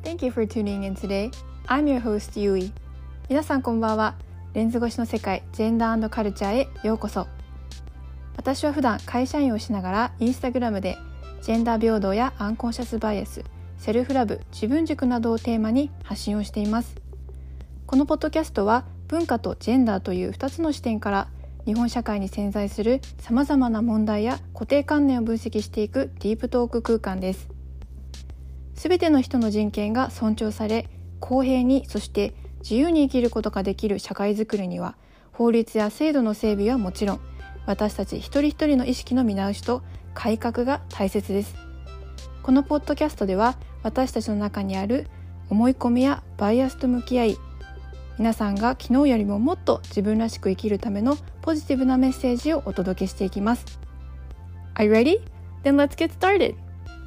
Thank you for tuning in today. I'm your host, Yui. 皆さんこんばんは。レンズ越しの世界、ジェンダー&カルチャーへようこそ。私は普段会社員をしながらインスタグラムでジェンダー平等やアンコンシャスバイアス、セルフラブ、自分軸などをテーマに発信をしています。このポッドキャストは文化とジェンダーという2つの視点から日本社会に潜在するさまざまな問題や固定観念を分析していくディープトーク空間です。すべての人の人権が尊重され、公平にそして自由に生きることができる社会づくりには、法律や制度の整備はもちろん、私たち一人一人の意識の見直しと改革が大切です。このポッドキャストでは、私たちの中にある思い込みやバイアスと向き合い、皆さんが昨日よりももっと自分らしく生きるためのポジティブなメッセージをお届けしていきます。Are you ready? Then let's get started!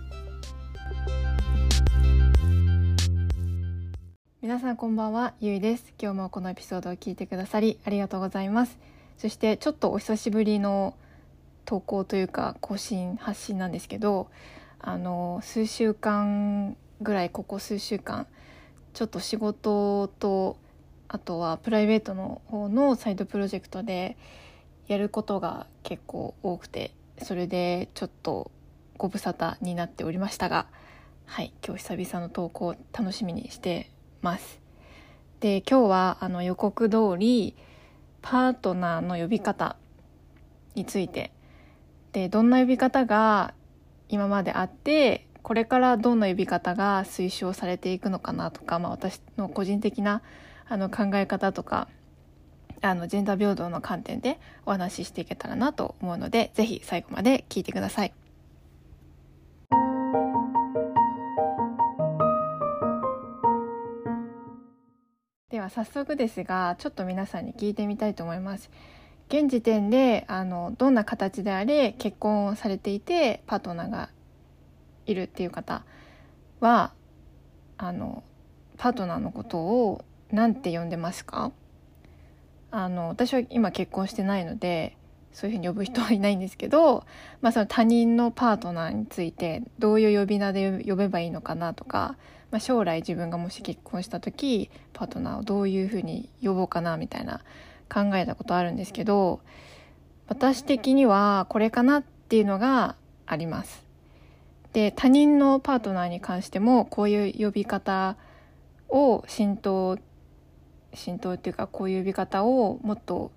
皆さんこんばんは、ゆいです。今日もこのエピソードを聞いてくださりありがとうございます。そしてちょっとお久しぶりの投稿というか発信なんですけど、数週間ぐらい、ここ数週間ちょっと仕事とあとはプライベートの方のサイドプロジェクトでやることが結構多くて、それでちょっとご無沙汰になっておりましたが、はい、今日久々の投稿を楽しみにしてます。で、今日は予告通りパートナーの呼び方についてで、どんな呼び方が今まであって、これからどんな呼び方が推奨されていくのかなとか、私の個人的な考え方とかジェンダー平等の観点でお話ししていけたらなと思うので、ぜひ最後まで聞いてください。では早速ですが、ちょっと皆さんに聞いてみたいと思います。現時点でどんな形であれ結婚されていてパートナーがいるっていう方はパートナーのことをなんて呼んでますか？私は今結婚してないのでそういうふうに呼ぶ人はいないんですけど、その他人のパートナーについてどういう呼び名で呼べばいいのかなとか、将来自分がもし結婚した時パートナーをどういうふうに呼ぼうかなみたいな考えたことあるんですけど、私的にはこれかなっていうのがあります。で、他人のパートナーに関してもこういう呼び方を浸透っていうか、こういう呼び方をもっと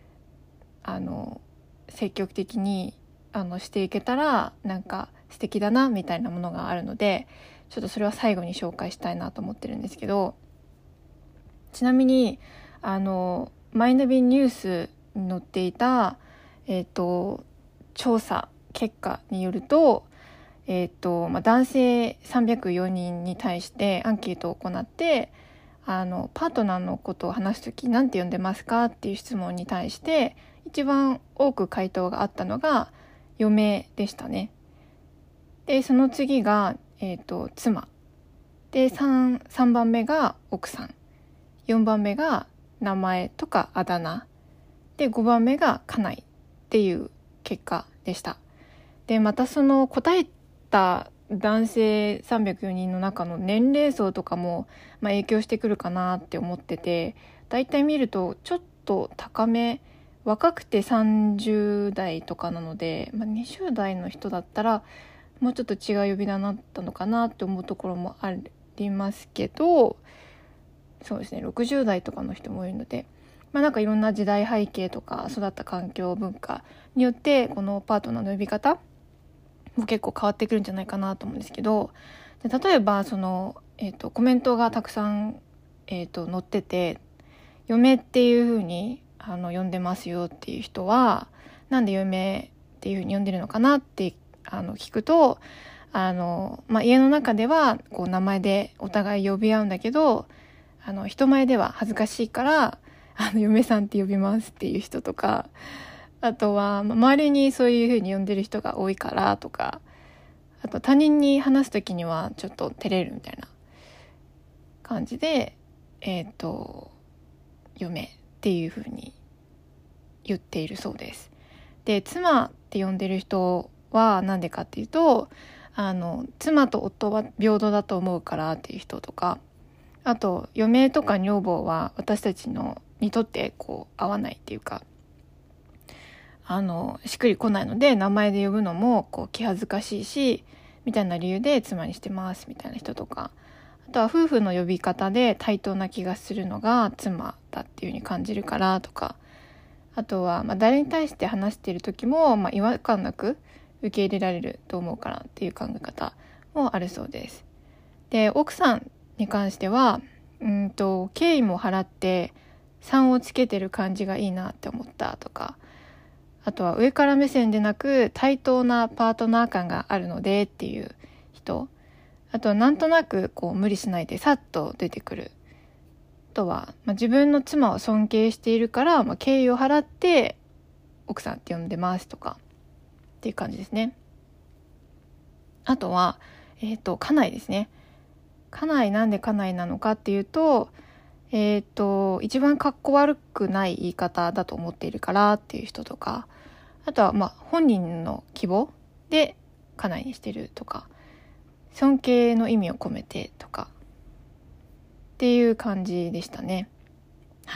積極的にしていけたらなんか素敵だなみたいなものがあるので、ちょっとそれは最後に紹介したいなと思ってるんですけど、ちなみにマイナビニュースに載っていた、調査結果によると、男性304人に対してアンケートを行って、パートナーのことを話すとき何て呼んでますかっていう質問に対して一番多く回答があったのが嫁でしたね。で、その次が、妻で、3番目が奥さん、4番目が名前とかあだ名で、5番目が家内っていう結果でした。で、またその答えた男性304人の中の年齢層とかも、影響してくるかなって思ってて、だいたい見るとちょっと高め、若くて30代とかなので、20代の人だったらもうちょっと違う呼び名になったのかなって思うところもありますけど、そうですね、60代とかの人もいるので、なんかいろんな時代背景とか育った環境文化によってこのパートナーの呼び方も結構変わってくるんじゃないかなと思うんですけど、で、例えばその、コメントがたくさん、載ってて、嫁っていう風に呼んでますよっていう人はなんで嫁っていう風に呼んでるのかなって聞くと、家の中ではこう名前でお互い呼び合うんだけど、人前では恥ずかしいから嫁さんって呼びますっていう人とか、あとは周りにそういう風に呼んでる人が多いからとか、あと他人に話すときにはちょっと照れるみたいな感じで嫁っていう風に言っているそうです。で、妻って呼んでる人はなんでかっていうと、 妻と夫は平等だと思うからっていう人とか、あと嫁とか女房は私たちにとって合わないっていうか、しっくりこないので名前で呼ぶのも気恥ずかしいしみたいな理由で妻にしてますみたいな人とか、あとは夫婦の呼び方で対等な気がするのが妻だっていう風に感じるからとか、あとは誰に対して話している時も違和感なく受け入れられると思うからっていう考え方もあるそうです。で、奥さんに関しては敬意も払って3をつけてる感じがいいなって思ったとか、あとは上から目線でなく対等なパートナー感があるのでっていう人、あとはなんとなく無理しないでさっと出てくる、あとは、自分の妻を尊敬しているから、敬意を払って奥さんって呼んでますとかっていう感じですね。あとは家内ですね。家内、なんで家内なのかっていうと、一番かっこ悪くない言い方だと思っているからっていう人とか、あとは本人の希望で家内にしてるとか、尊敬の意味を込めてとかっていう感じでしたね。はい。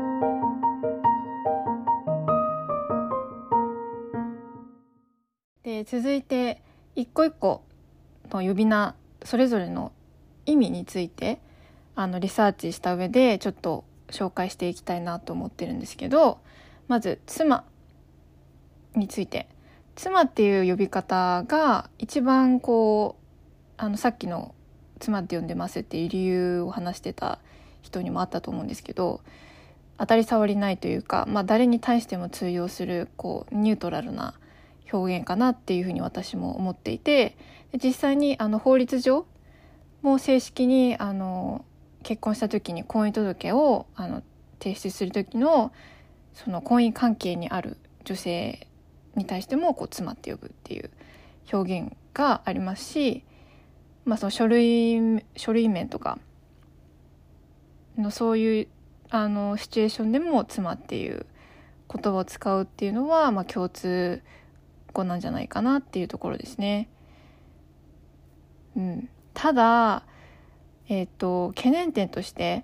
で、続いて一個一個の呼び名それぞれの意味についてリサーチした上でちょっと紹介していきたいなと思ってるんですけど、まず妻について、妻っていう呼び方が一番さっきの妻って呼んでますっていう理由を話してた人にもあったと思うんですけど、当たり障りないというか、誰に対しても通用するニュートラルな表現かなっていうふうに私も思っていて、実際に法律上もう正式に結婚した時に婚姻届を提出する時のその婚姻関係にある女性に対しても妻って呼ぶっていう表現がありますし、その書類面とかのそういうシチュエーションでも妻っていう言葉を使うっていうのは共通語なんじゃないかなっていうところですね。ただ懸念点として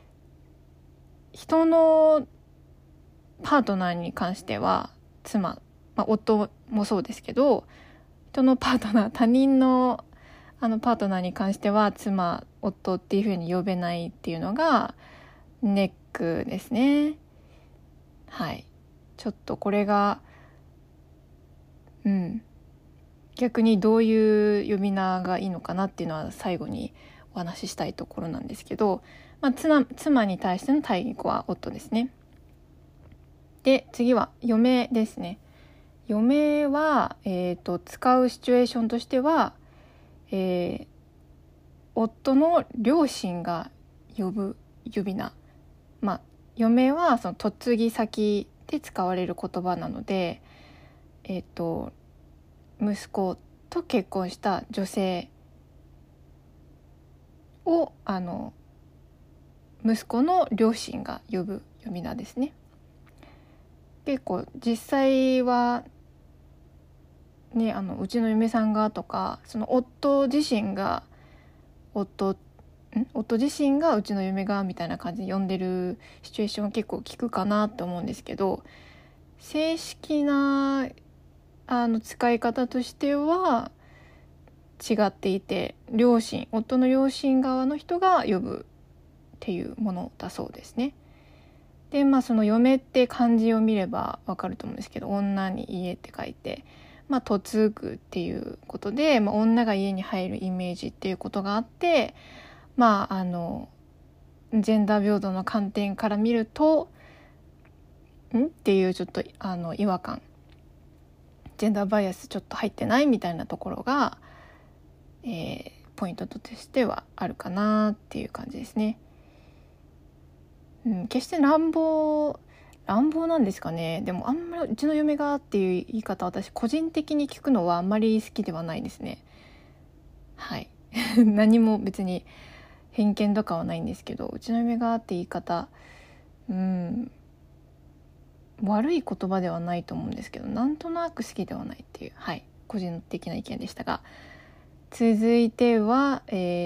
人のパートナーに関しては妻、夫もそうですけど、人のパートナー、他人のパートナーに関しては妻、夫っていう風に呼べないっていうのがネックですね。はい。ちょっとこれが逆にどういう呼び名がいいのかなっていうのは最後にお話ししたいところなんですけど、妻に対しての対義語は夫ですね。で、次は嫁ですね。嫁は、使うシチュエーションとしては、夫の両親が呼ぶ呼び名。嫁はその嫁ぎ先で使われる言葉なので、息子と結婚した女性を息子の両親が呼ぶ呼び名ですね。結構実際はね、うちの嫁さんがとか、その夫自身がうちの嫁がみたいな感じで呼んでるシチュエーション結構聞くかなと思うんですけど、正式な使い方としては違っていて、夫の両親側の人が呼ぶっていうものだそうですね。で、その嫁って漢字を見ればわかると思うんですけど、女に家って書いて、嫁ぐっていうことで、女が家に入るイメージっていうことがあって、ジェンダー平等の観点から見るとっていうちょっと違和感、ジェンダーバイアスちょっと入ってないみたいなところが、ポイントとしてはあるかなっていう感じですね。決して乱暴なんですかね。でもあんまりうちの嫁がっていう言い方、私個人的に聞くのはあんまり好きではないですね。はい何も別に偏見とかはないんですけど、うちの嫁がって言い方悪い言葉ではないと思うんですけど、なんとなく好きではないっていう。はい。 個人的な意見でしたが、続いては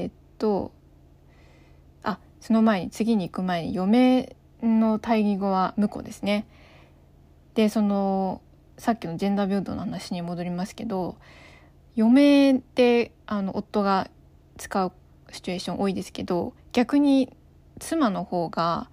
その前に次に行く前に嫁の対義語は婿ですね。でさっきのジェンダー平等の話に戻りますけど、嫁って夫が使うシチュエーション多いですけど、逆に妻の方が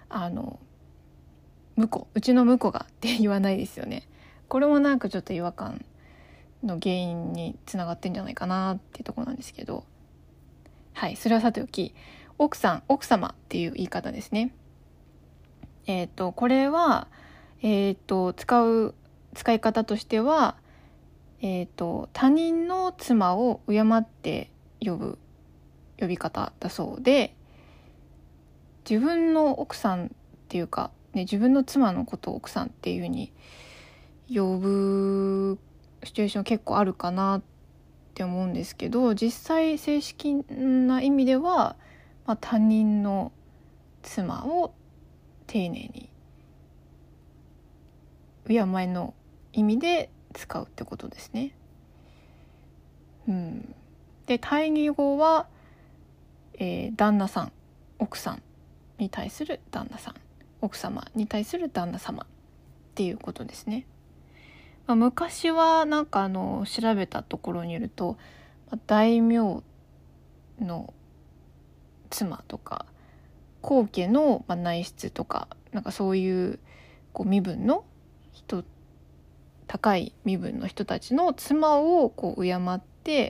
婿、うちの婿がって言わないですよね。これもなんかちょっと違和感の原因につながってんじゃないかなっていうところなんですけど、はい、それはさておき、奥さん、奥様っていう言い方ですね。これは使い方としては、他人の妻を敬って呼び方だそうで、自分の奥さんっていうか、ね、自分の妻のことを奥さんっていう風に呼ぶシチュエーション結構あるかなって思うんですけど、実際正式な意味では、他人の妻を丁寧に敬いの意味で使うってことですね。で対義語は、旦那さん、奥さんに対する旦那さん、奥様に対する旦那様っていうことですね。昔はなんか調べたところによると、大名の妻とか皇家の内室とか、なんかそういう身分の高い身分の人たちの妻を敬って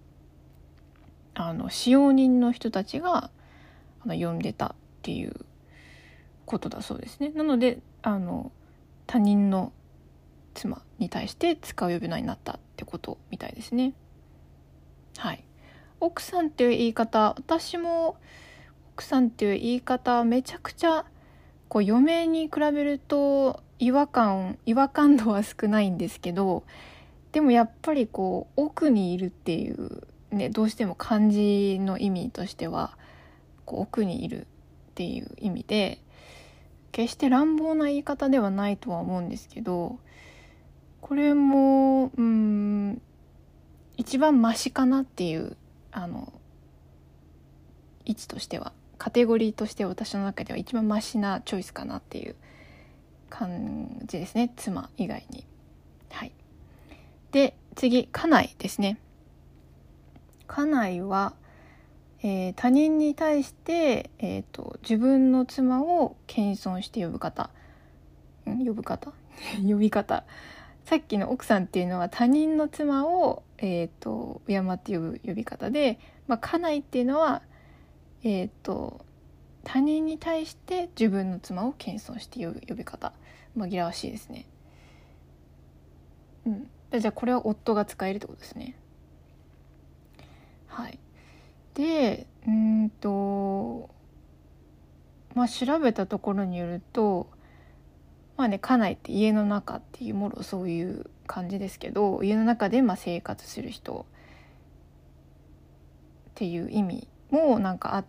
使用人の人たちが呼んでたっていうことだそうですね。なので他人の妻に対して使う呼び名になったってことみたいですね。はい。奥さんっていう言い方、私も奥さんっていう言い方めちゃくちゃ嫁に比べると違和感度は少ないんですけど、でもやっぱり奥にいるっていうね、どうしても漢字の意味としては奥にいるっていう意味で、決して乱暴な言い方ではないとは思うんですけど、これも一番マシかなっていう位置としては、カテゴリーとして私の中では一番マシなチョイスかなっていう感じですね、妻以外に。はい。で次、家内ですね。家内は、他人に対して、自分の妻を謙遜して呼ぶ方呼び方。さっきの奥さんっていうのは他人の妻を、敬って呼ぶ呼び方で、家内っていうのは、他人に対して自分の妻を謙遜して呼ぶ呼び方。紛らわしいですね。じゃあこれは夫が使えるってことですね。はい。で調べたところによると、家内って家の中っていうもろそういう感じですけど、家の中で生活する人っていう意味もなんかあって、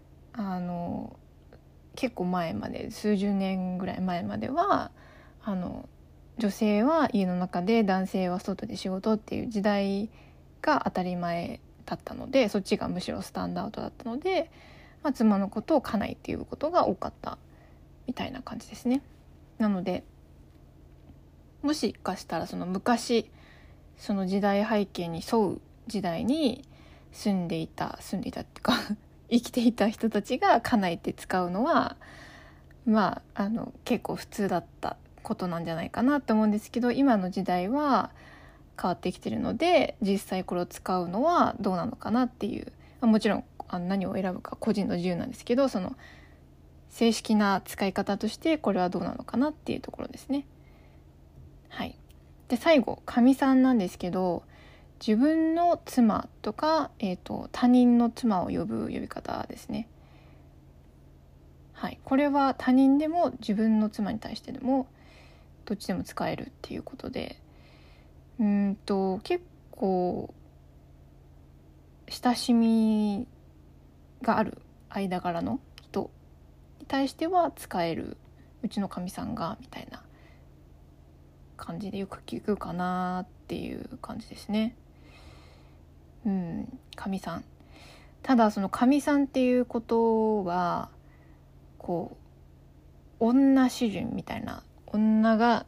結構前まで、数十年ぐらい前までは女性は家の中で男性は外で仕事っていう時代が当たり前だったので、そっちがむしろスタンダードだったので、妻のことを家内っていうことが多かったみたいな感じですね。なのでもしかしたら昔その時代背景に沿う時代に住んでいたっていうか生きていた人たちが家内って使うのは結構普通だったことなんじゃないかなと思うんですけど、今の時代は変わってきてるので、実際これを使うのはどうなのかなっていう、もちろん何を選ぶか個人の自由なんですけど、正式な使い方としてこれはどうなのかなっていうところですね。はい。で最後、かみさんなんですけど、自分の妻とか、他人の妻を呼ぶ呼び方ですね。はい。これは他人でも自分の妻に対してでもどっちでも使えるっていうことで、結構親しみがある間柄の人に対しては使える、うちのかみさんがみたいな感じでよく聞くかなっっていう感じですね。かみさん。ただそのかみさんっていうことはこう女主人みたいな、女が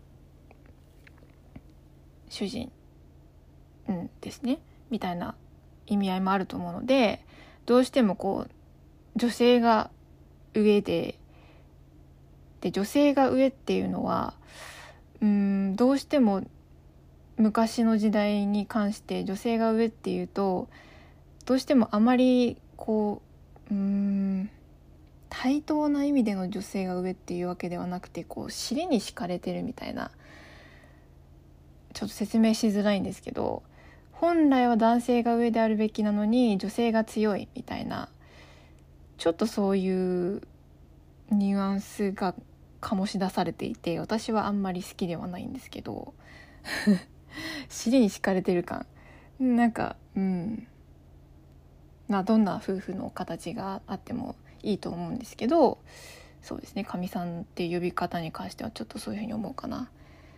主人、ですねみたいな意味合いもあると思うので、どうしてもこう女性が上で女性が上っていうのはどうしても昔の時代に関して女性が上っていうとどうしてもあまりこう対等な意味での女性が上っていうわけではなくて、こう尻に敷かれてるみたいな、ちょっと説明しづらいんですけど、本来は男性が上であるべきなのに女性が強いみたいな、ちょっとそういうニュアンスが醸し出されていて、私はあんまり好きではないんですけど尻に敷かれてる感、なんかどんな夫婦の形があってもいいと思うんですけど、そうですね、かみさんっていう呼び方に関してはちょっとそういうふうに思うかな。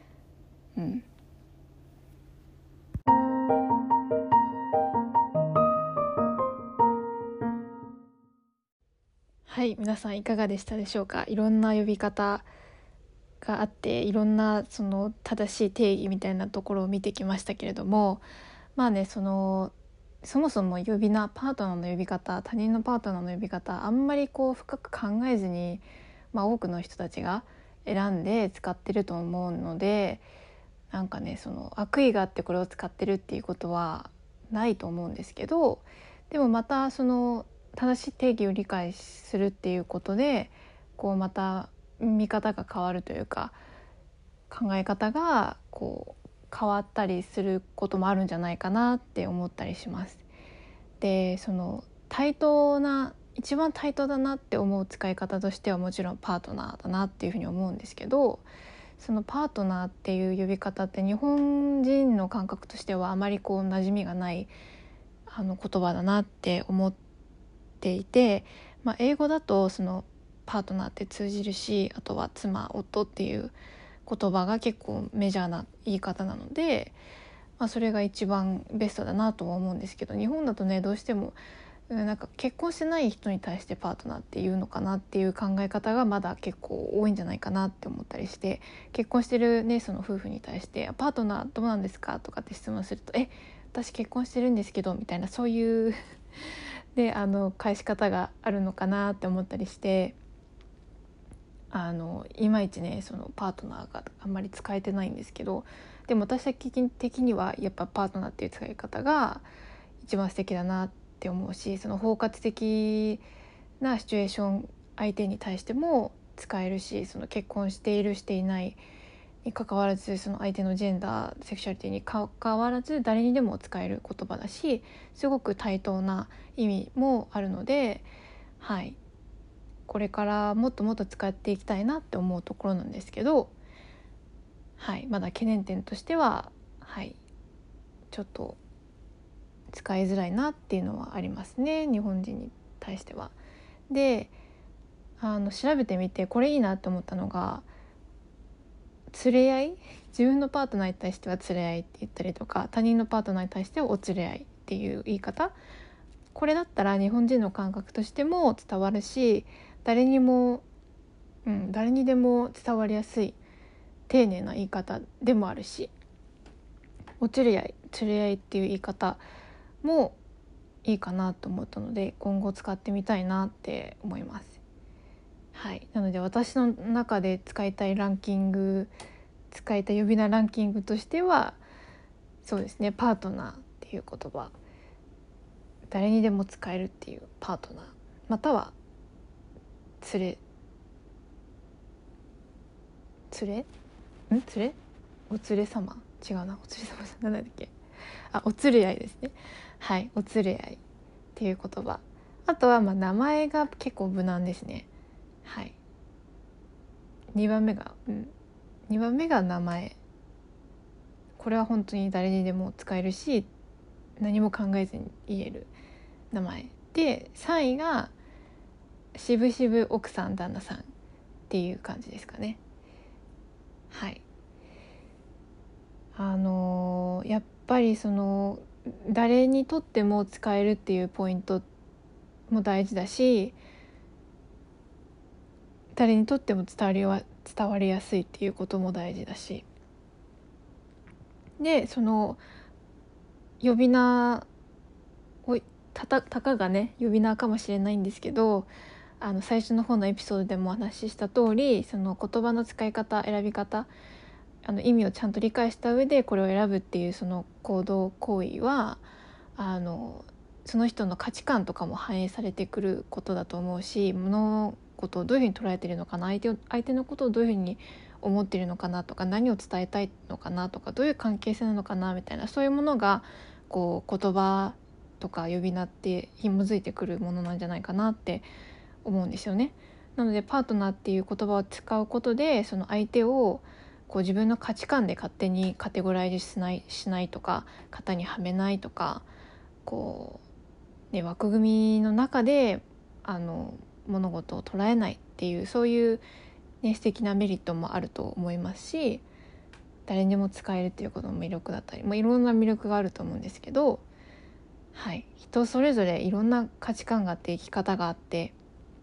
はい、皆さんいかがでしたでしょうか。いろんな呼び方があって、いろんなその正しい定義みたいなところを見てきましたけれども、そもそもパートナーの呼び方、他人のパートナーの呼び方、あんまりこう深く考えずに、多くの人たちが選んで使ってると思うので、なんかね、その悪意があってこれを使ってるっていうことはないと思うんですけど、でもまたその正しい定義を理解するっていうことで、こうまた見方が変わるというか、考え方がこう変わったりすることもあるんじゃないかなって思ったりします。で、その一番対等だなって思う使い方としてはもちろんパートナーだなっていうふうに思うんですけど、そのパートナーっていう呼び方って日本人の感覚としてはあまりこう馴染みがない言葉だなって思っていて、英語だとそのパートナーって通じるし、あとは妻、夫っていう言葉が結構メジャーな言い方なので、それが一番ベストだなとは思うんですけど、日本だとね、どうしてもなんか結婚してない人に対してパートナーっていうのかなっていう考え方がまだ結構多いんじゃないかなって思ったりして、結婚してるね、その夫婦に対してパートナーどうなんですかとかって質問すると、私結婚してるんですけどみたいな、そういうで返し方があるのかなって思ったりして、いまいちね、そのパートナーがあんまり使えてないんですけど、でも私的にはやっぱパートナーっていう使い方が一番素敵だなって思うし、その包括的なシチュエーション、相手に対しても使えるし、その結婚しているしていないに関わらず、その相手のジェンダーセクシュアリティに関わらず誰にでも使える言葉だし、すごく対等な意味もあるので、はい、これからもっともっと使っていきたいなって思うところなんですけど、はい、まだ懸念点としては、はい、ちょっと使いづらいなっていうのはありますね、日本人に対しては。で、調べてみてこれいいなって思ったのが、連れ合い、自分のパートナーに対しては連れ合いって言ったりとか、他人のパートナーに対してはお連れ合いっていう言い方、これだったら日本人の感覚としても伝わるし、誰にでも伝わりやすい丁寧な言い方でもあるし、お連れ合い、連れ合いっていう言い方もいいかなと思ったので、今後使ってみたいなって思います。はい、なので私の中で使いたい呼び名ランキングとしては、そうですね、パートナーっていう言葉、誰にでも使えるっていうパートナー、または連れお連れ様、違うな、お連れ様じゃなんだっけ、お連れ合いですね。はい、お連れ合いっていう言葉。あとは名前が結構無難ですね。はい、2番目が名前。これは本当に誰にでも使えるし、何も考えずに言える名前で、3位がしぶしぶ奥さん旦那さんっていう感じですかね。はい、 やっぱりその誰にとっても使えるっていうポイントも大事だし、誰にとっても伝わりやすいっていうことも大事だし、でその呼び名をたかがね呼び名かもしれないんですけど、最初の方のエピソードでもお話しした通り、その言葉の使い方、選び方、意味をちゃんと理解した上でこれを選ぶっていうその行為はその人の価値観とかも反映されてくることだと思うし、物事をどういうふうに捉えているのかな、相手のことをどういうふうに思っているのかなとか、何を伝えたいのかなとか、どういう関係性なのかなみたいな、そういうものがこう言葉とか呼び名って紐づいてくるものなんじゃないかなって思うんですよね。なのでパートナーっていう言葉を使うことで、その相手をこう自分の価値観で勝手にカテゴライズしないとか、型にはめないとか、こう、ね、枠組みの中で物事を捉えないっていう、そういう、ね、素敵なメリットもあると思いますし、誰にも使えるっていうことの魅力だったり、いろんな魅力があると思うんですけど、はい、人それぞれいろんな価値観があって、生き方があって、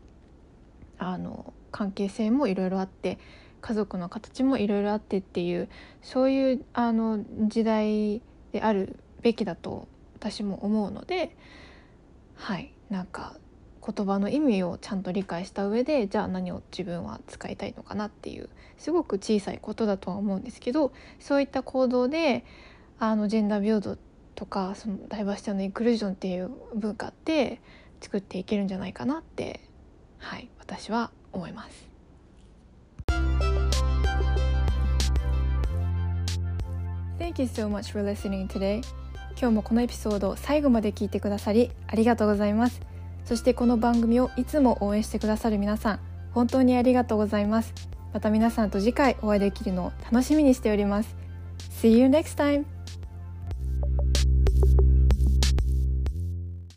関係性もいろいろあって、家族の形もいろいろあってっていう、そういう時代であるべきだと私も思うので、はい、なんか言葉の意味をちゃんと理解した上で、じゃあ何を自分は使いたいのかなっていう、すごく小さいことだとは思うんですけど、そういった行動でジェンダー平等とか、そのダイバーシティのインクルージョンっていう文化って作っていけるんじゃないかなって、はい、私は思います。Thank you so much for listening today. 今日もこのエピソード最後まで聞いてくださりありがとうございます。そしてこの番組をいつも応援してくださる皆さん、本当にありがとうございます。また皆さんと次回お会いできるのを楽しみにしております。See you next time!